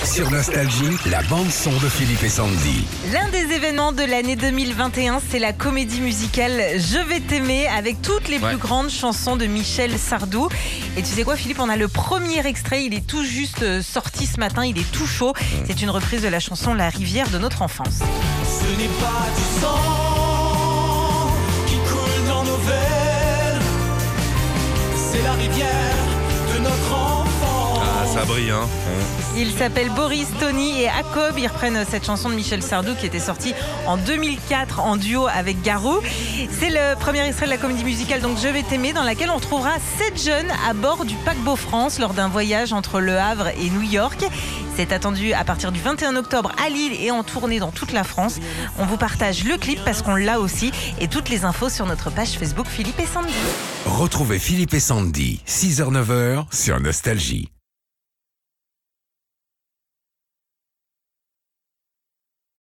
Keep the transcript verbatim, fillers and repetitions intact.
Sur Nostalgie, la bande-son de Philippe et Sandy. L'un des événements de l'année deux mille vingt et un, c'est la comédie musicale Je vais t'aimer avec toutes les Ouais. plus grandes chansons de Michel Sardou. Et tu sais quoi, Philippe, on a le premier extrait, il est tout juste euh, sorti ce matin, il est tout chaud. C'est une reprise de la chanson La rivière de notre enfance. Ce n'est pas du sang qui coule dans nos veines, c'est la rivière de notre enfance. Ah, ça brille, hein. Il s'appelle Boris, Tony et Jacob. Ils reprennent cette chanson de Michel Sardou qui était sortie en deux mille quatre en duo avec Garou. C'est le premier extrait de la comédie musicale donc Je vais t'aimer, dans laquelle on trouvera sept jeunes à bord du paquebot France lors d'un voyage entre Le Havre et New York. C'est attendu à partir du vingt et un octobre à Lille et en tournée dans toute la France. On vous partage le clip parce qu'on l'a aussi et toutes les infos sur notre page Facebook Philippe et Sandy. Retrouvez Philippe et Sandy, six heures neuf heures sur Nostalgie.